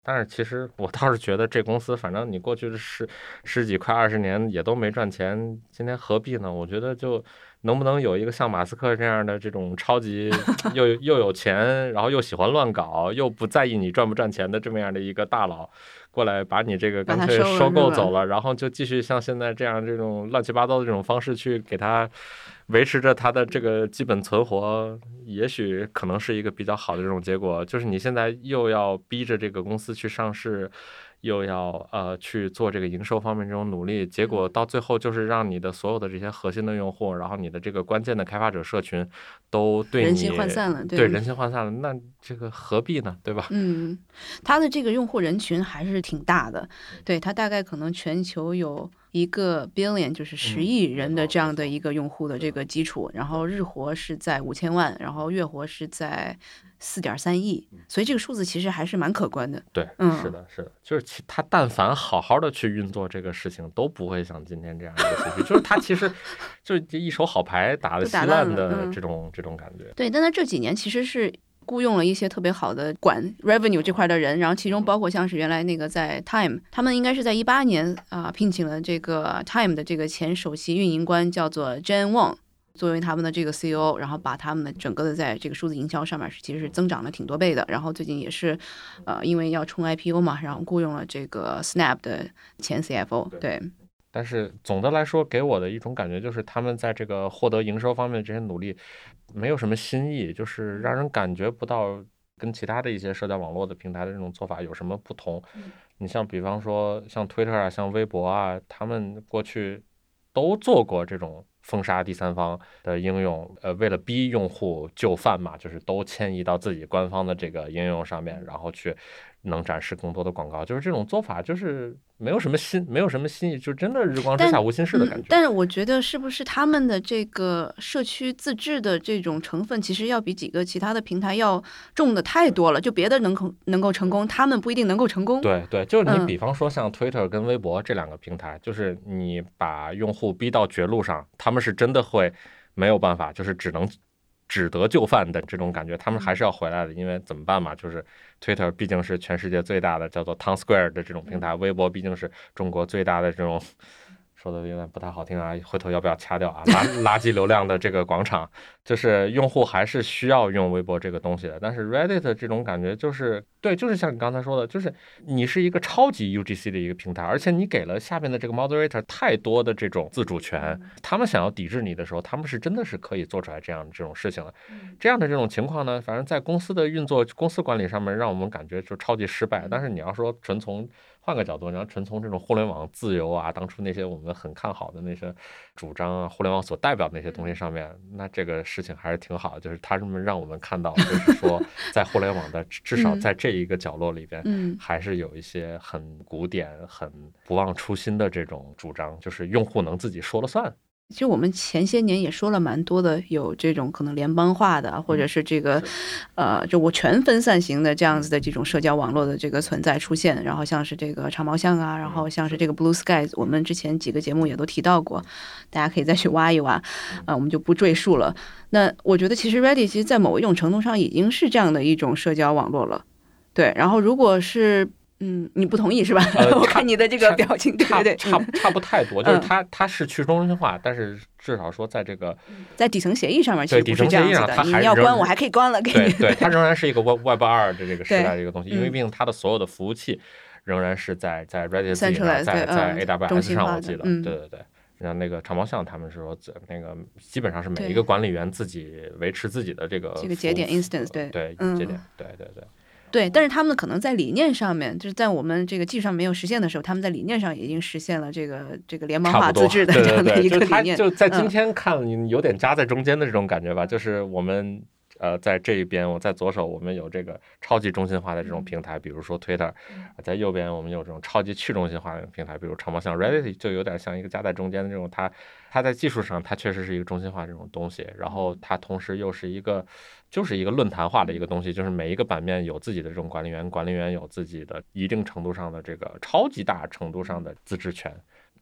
但是其实我倒是觉得这公司，反正你过去的十十几快二十年也都没赚钱，今天何必呢？我觉得就能不能有一个像马斯克这样的这种超级又又有钱，然后又喜欢乱搞，又不在意你赚不赚钱的这么样的一个大佬，过来把你这个干脆收购走了，然后就继续像现在这样这种乱七八糟的这种方式去给他维持着他的这个基本存活，也许可能是一个比较好的这种结果。就是你现在又要逼着这个公司去上市，又要呃去做这个营收方面这种努力，结果到最后就是让你的所有的这些核心的用户，然后你的这个关键的开发者社群都对你人心涣散了， 对, 对人心涣散了，那这个何必呢？对吧？ 嗯，他的这个用户人群还是挺大的，对他大概可能全球有一个 billion 就是十亿人的这样的一个用户的这个基础，然后日活是在五千万，然后月活是在四点三亿，所以这个数字其实还是蛮可观的。 对， 嗯， 是的，是的，就是他但凡好好的去运作这个事情，都不会像今天这样一个结局。就是他其实就一手好牌打得稀烂的这种、嗯、这种感觉。 对，但他这几年其实是雇佣了一些特别好的管 revenue 这块的人，然后其中包括像是原来那个在 Time， 他们应该是在一八年啊、呃、聘请了这个 Time 的这个前首席运营官叫做 Jen Wang。作为他们的这个 C E O， 然后把他们的整个的在这个数字营销上面其实是增长了挺多倍的。然后最近也是，呃，因为要冲 I P O 嘛，然后雇佣了这个 Snap 的前 C F O。对。 但是总的来说，给我的一种感觉就是，他们在这个获得营收方面的这些努力，没有什么新意，就是让人感觉不到跟其他的一些社交网络的平台的这种做法有什么不同。你像比方说像 Twitter 啊，像微博啊，他们过去都做过这种封杀第三方的应用，呃，为了逼用户就范嘛，就是都迁移到自己官方的这个应用上面，然后去能展示更多的广告。就是这种做法，就是没有什么新，没有什么新意，就真的日光之下无新事的感觉。 嗯、但是我觉得是不是他们的这个社区自治的这种成分，其实要比几个其他的平台要重的太多了。就别的能能够成功，他们不一定能够成功。 对对，就是你比方说像 Twitter 跟微博这两个平台，嗯、就是你把用户逼到绝路上，他们是真的会没有办法，就是只能只得就范的这种感觉，他们还是要回来的，因为怎么办嘛，就是 Twitter 毕竟是全世界最大的叫做 Town Square 的这种平台，微博毕竟是中国最大的这种，说的有点不太好听啊，回头要不要掐掉啊？垃垃圾流量的这个广场，就是用户还是需要用微博这个东西的。但是 Reddit 这种感觉就是，对，就是像你刚才说的，就是你是一个超级 U G C 的一个平台，而且你给了下面的这个 moderator 太多的这种自主权，他们想要抵制你的时候，他们是真的是可以做出来这样这种事情的。这样的这种情况呢，反正在公司的运作、公司管理上面，让我们感觉就超级失败。但是你要说纯从换个角度，你要纯从这种互联网自由啊，当初那些我们很看好的那些主张啊，互联网所代表的那些东西上面，那这个事情还是挺好的，就是他们让我们看到，就是说在互联网的至少在这一个角落里边，嗯，还是有一些很古典、很不忘初心的这种主张，就是用户能自己说了算。 其实我们前些年也说了蛮多的，有这种可能联邦化的，或者是这个，呃，就我全分散型的这样子的这种社交网络的这个存在出现。然后像是这个长毛象啊，然后像是这个 Blue Sky， 我们之前几个节目也都提到过，大家可以再去挖一挖，啊、呃，我们就不赘述了。那我觉得其实 Reddit 其实在某一种程度上已经是这样的一种社交网络了，对。然后如果是嗯，你不同意是吧？呃、我看你的这个表情，对对对， 差差不太多，就是它它是去中心化，但是至少说在这个在底层协议上面，其实不是这样子的。 你要关我还可以关了，给你。 对对，它仍然是一个 Web Web 二的这个时代的一个东西，因为毕竟它的所有的服务器仍然是在在 Reddit 自己上，在在 A W S 上，我记得，对对对。像那个长毛象他们是说，那个基本上是每一个管理员自己维持自己的这个这个节点 instance， 对对节点，对对对。 对，但是他们可能在理念上面，就是在我们这个技术上没有实现的时候，他们在理念上已经实现了这个这个联邦化自治的这样的一个理念。 就在今天看，你有点夹在中间的这种感觉吧，嗯、就是我们呃在这一边，我在左手我们有这个超级中心化的这种平台，比如说 Twitter，、嗯、在右边我们有这种超级去中心化的平台，比如长毛象 Reddit， 就有点像一个夹在中间的这种，它它在技术上它确实是一个中心化这种东西，然后它同时又是一个。就是一个论坛化的一个东西，就是每一个版面有自己的这种管理员，管理员有自己的一定程度上的这个超级大程度上的自治权，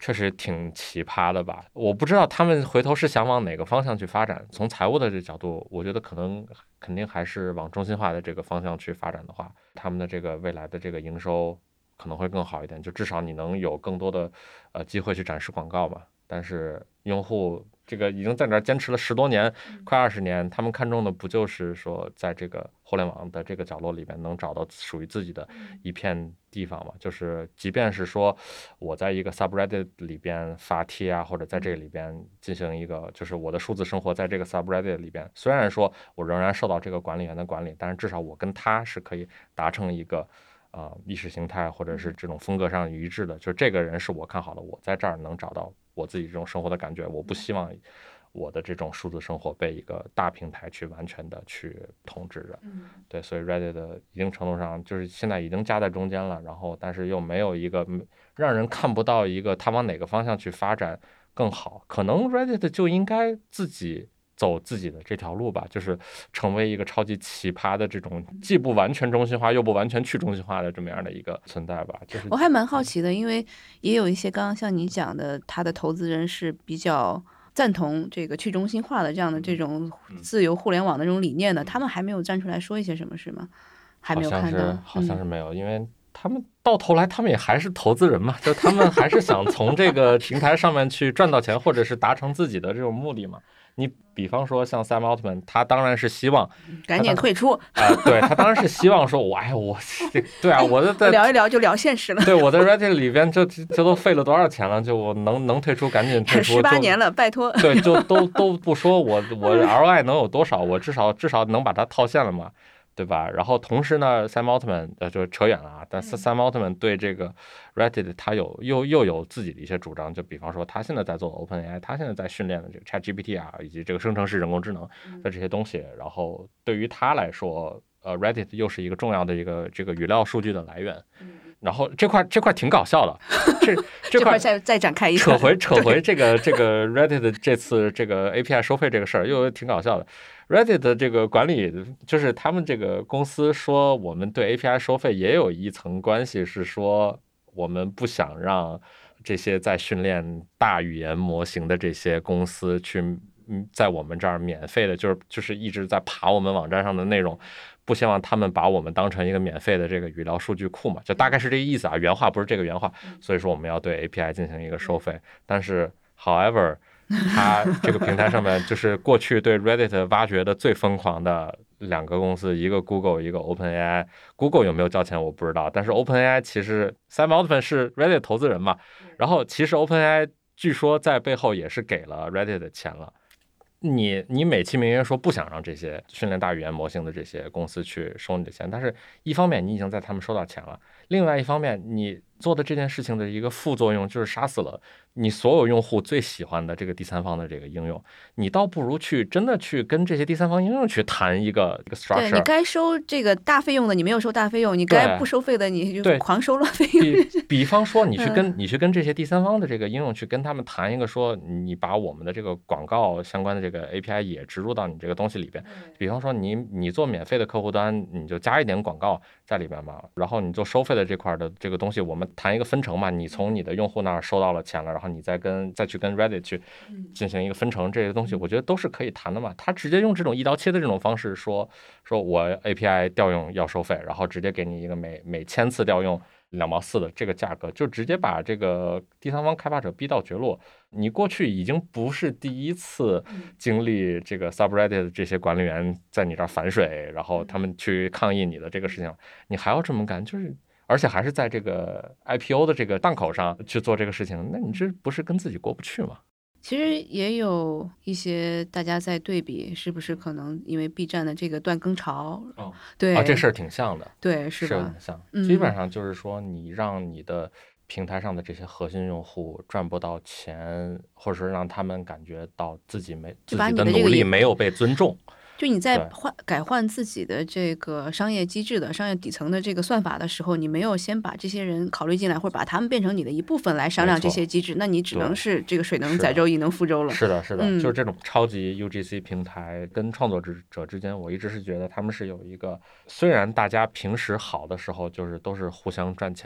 确实挺奇葩的吧。我不知道他们回头是想往哪个方向去发展。从财务的这角度，我觉得可能肯定还是往中心化的这个方向去发展的话，他们的这个未来的这个营收可能会更好一点，就至少你能有更多的呃机会去展示广告嘛。但是用户这个已经在那儿坚持了十多年，快二十年，他们看重的不就是说在这个互联网的这个角落里面能找到属于自己的一片地方嘛？就是即便是说我在一个 subreddit 里边发帖啊，或者在这个里边进行一个就是我的数字生活在这个 subreddit 里边，虽然说我仍然受到这个管理员的管理，但是至少我跟他是可以达成一个呃意识形态或者是这种风格上一致的，就是这个人是我看好的，我在这儿能找到我自己这种生活的感觉，我不希望我的这种数字生活被一个大平台去完全的去统治着。嗯，对，所以 Reddit 的一定程度上就是现在已经夹在中间了，然后但是又没有一个让人看不到一个它往哪个方向去发展更好。可能 Reddit 就应该自己走自己的这条路吧，就是成为一个超级奇葩的这种既不完全中心化又不完全去中心化的这么样的一个存在吧。就是我还蛮好奇的，因为也有一些刚刚像你讲的，他的投资人是比较赞同这个去中心化的这样的这种自由互联网的这种理念的，他们还没有站出来说一些什么，是吗？还没有看到， 好像是没有，嗯，因为他们到头来他们也还是投资人嘛，就他们还是想从这个平台上面去赚到钱，或者是达成自己的这种目的嘛。你比方说像 Sam Altman， 他当然是希望赶紧退出啊，呃，对，他当然是希望说，我哎我对啊，我在聊一聊就聊现实了。 对，我在 Reddit 里边这这都费了多少钱了，就我能能退出赶紧退出， 十八年了，拜托。 对，就都都不说我我 R O I 能有多少，我至少至少能把它套现了嘛。对吧？然后同时呢 ，Sam Altman 呃就扯远了啊，但是 Sam Altman 对这个 Reddit 他有又又有自己的一些主张，就比方说他现在在做 OpenAI， 他现在在训练的这个 ChatGPT 啊，以及这个生成式人工智能的这些东西，然后对于他来说，呃 Reddit 又是一个重要的一个这个语料数据的来源。然后这块这块挺搞笑的，这这块再再展开一下， 扯回扯回这个这个 Reddit 这次这个 A P I 收费这个事儿又挺搞笑的。Reddit 的这个管理就是他们这个公司说，我们对 A P I 收费也有一层关系，是说我们不想让这些在训练大语言模型的这些公司去在我们这儿免费的，就是就是一直在爬我们网站上的内容。不希望他们把我们当成一个免费的这个语料数据库嘛，就大概是这个意思啊，原话不是这个原话，所以说我们要对 A P I 进行一个收费。但是 however 它这个平台上面就是过去对 Reddit 挖掘的最疯狂的两个公司，一个 Google 一个 OpenAI。 Google 有没有交钱我不知道，但是 OpenAI 其实 Sam Altman 是 Reddit 投资人嘛，然后其实 OpenAI 据说在背后也是给了 Reddit 的钱了。你你美其名曰说不想让这些训练大语言模型的这些公司去收你的钱，但是一方面你已经在他们收到钱了，另外一方面你做的这件事情的一个副作用就是杀死了你所有用户最喜欢的这个第三方的这个应用。你倒不如去真的去跟这些第三方应用去谈一个一个 structure。 对，你该收这个大费用的你没有收大费用，你该不收费的你就狂收了费用。 比, 比方说你去跟、嗯、你去跟这些第三方的这个应用去跟他们谈一个，说你把我们的这个广告相关的这个 A P I 也植入到你这个东西里边。比方说你你做免费的客户端，你就加一点广告在里边嘛，然后你做收费的这块的这个东西，我们谈一个分成嘛，你从你的用户那儿收到了钱了，然后你再跟再去跟 Reddit 去进行一个分成，这些东西我觉得都是可以谈的嘛。他直接用这种一刀切的这种方式说说我 A P I 调用要收费，然后直接给你一个每每千次调用两毛四的这个价格，就直接把这个第三方开发者逼到绝路。你过去已经不是第一次经历这个 subreddit 这些管理员在你这儿反水，然后他们去抗议你的这个事情，你还要这么干，就是而且还是在这个 I P O 的这个档口上去做这个事情，那你这不是跟自己过不去吗？ 其实也有一些大家在对比，是不是可能因为 B 站的这个断更潮？ 哦， 对， 啊，这事儿挺像的， 对，是吧？ 是挺像，嗯，基本上就是说，你让你的平台上的这些核心用户赚不到钱，或者是让他们感觉到自己没自己的努力没有被尊重。 就你在换改换自己的这个商业机制的商业底层的这个算法的时候，你没有先把这些人考虑进来，或者把他们变成你的一部分来商量这些机制，那你只能是这个水能载舟亦能覆舟了。 是的，是的，嗯，就是这种超级 U G C 平台跟创作者之间，我一直是觉得他们是有一个，虽然大家平时好的时候就是都是互相赚钱嘛，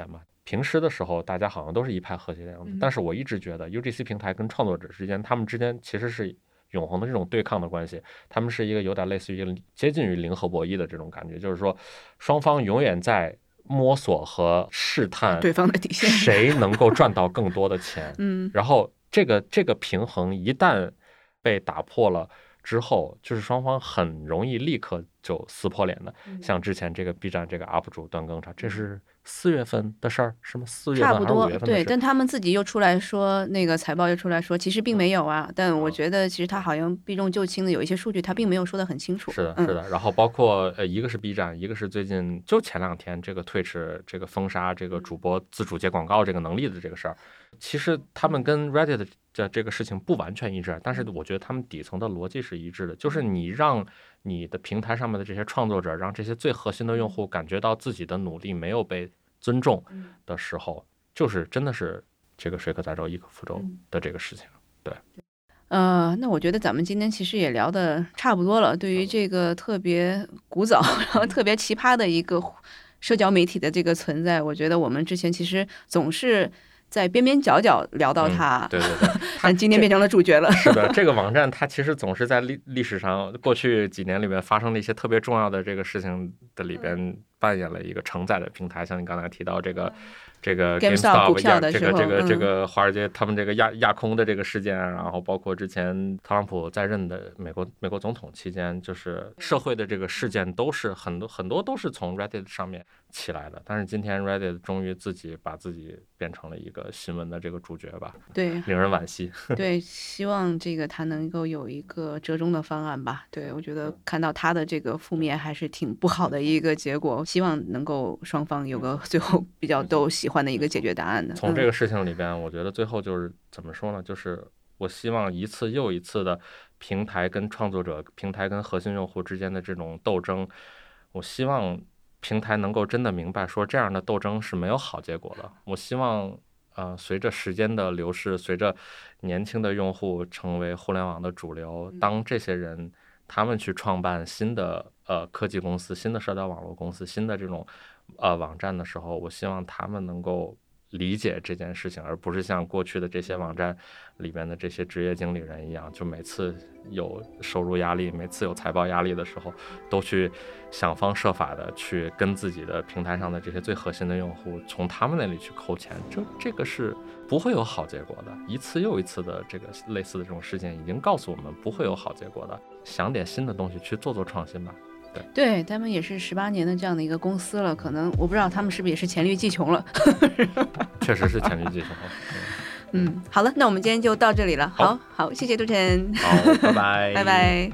平时的时候大家好像都是一派和谐的样子，嗯、但是我一直觉得 U G C 平台跟创作者之间，他们之间其实是永恒的这种对抗的关系，他们是一个有点类似于接近于零和博弈的这种感觉，就是说双方永远在摸索和试探对方的底线， 谁能够赚到更多的钱。 嗯， 然后这个这个平衡一旦被打破了之后，就是双方很容易立刻就撕破脸的。嗯、像之前这个 B 站这个 U P 主段更长，这是四月份的事儿，是吗？四月份还是五月份的事？ 对，但他们自己又出来说，那个财报又出来说，其实并没有啊。嗯、但我觉得其实他好像避重就轻的有一些数据，他并没有说得很清楚。 是的，是的。嗯、然后包括呃，一个是 B 站，一个是最近就前两天这个 Twitch 这个封杀这个主播自主接广告这个能力的这个事儿，其实他们跟 Reddit 的这个事情不完全一致，但是我觉得他们底层的逻辑是一致的，就是你让你的平台上面的这些创作者，让这些最核心的用户感觉到自己的努力没有被尊重的时候，就是真的是这个水可载舟，亦可覆舟的这个事情。对， 呃，那我觉得咱们今天其实也聊得差不多了。对于这个特别古早，然后特别奇葩的一个社交媒体的这个存在，我觉得我们之前其实总是在边边角角聊到它， 嗯、对对对， 但今天变成了主角了。 是的，这个网站它其实总是在历历史上过去几年里面发生了一些特别重要的这个事情的里边扮演了一个承载的平台，像你刚才提到这个。这个 GameStop 股票的这个这个这个嗯、 华尔街他们这个压压空的这个事件，然后包括之前特朗普在任的美国美国总统期间，就是社会的这个事件都是很多很多都是从 Reddit 上面起来的。但是今天 Reddit 终于自己把自己变成了一个新闻的这个主角吧， 对， 令人惋惜。 对，希望这个他能够有一个折中的方案吧。对，我觉得看到他的这个负面还是挺不好的一个结果，希望能够双方有个最后比较都喜欢的一个解决答案的。 从这个事情里边，嗯、我觉得最后就是怎么说呢？就是我希望一次又一次的平台跟创作者、平台跟核心用户之间的这种斗争，我希望平台能够真的明白说这样的斗争是没有好结果的。我希望呃，随着时间的流逝，随着年轻的用户成为互联网的主流，当这些人他们去创办新的呃科技公司、新的社交网络公司、新的这种呃网站的时候，我希望他们能够理解这件事情，而不是像过去的这些网站里面的这些职业经理人一样，就每次有收入压力，每次有财报压力的时候，都去想方设法的去跟自己的平台上的这些最核心的用户从他们那里去抠钱，这这个是不会有好结果的。一次又一次的这个类似的这种事件已经告诉我们不会有好结果的，想点新的东西去做做创新吧。 对，他们也是十八年的这样的一个公司了，可能我不知道他们是不是也是黔驴技穷了。 确实是黔驴技穷了。 嗯，好了，那我们今天就到这里了。好，好，好，谢谢杜晨。 好，拜拜， 拜拜。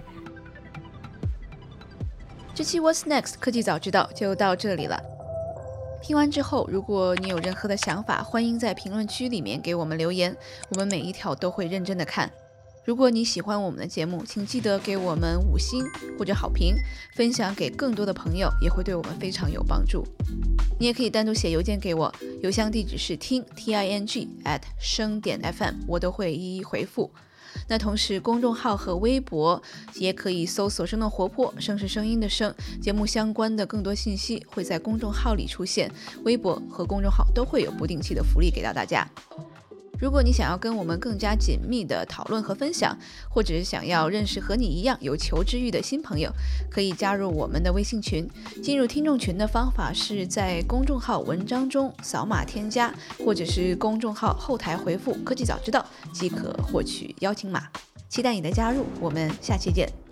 这期 What's Next 科技早知道就到这里了。听完之后，如果你有任何的想法，欢迎在评论区里面给我们留言，我们每一条都会认真的看。如果你喜欢我们的节目，请记得给我们五星或者好评，分享给更多的朋友，也会对我们非常有帮助。你也可以单独写邮件给我，邮箱地址是听 t i n g at 声点 f m， 我都会一一回复。那同时公众号和微博也可以搜索生动活泼，声是声音的声，节目相关的更多信息会在公众号里出现，微博和公众号都会有不定期的福利给到大家。如果你想要跟我们更加紧密的讨论和分享，或者是想要认识和你一样有求知欲的新朋友，可以加入我们的微信群。进入听众群的方法是在公众号文章中扫码添加，或者是公众号后台回复科技早知道即可获取邀请码。期待你的加入，我们下期见。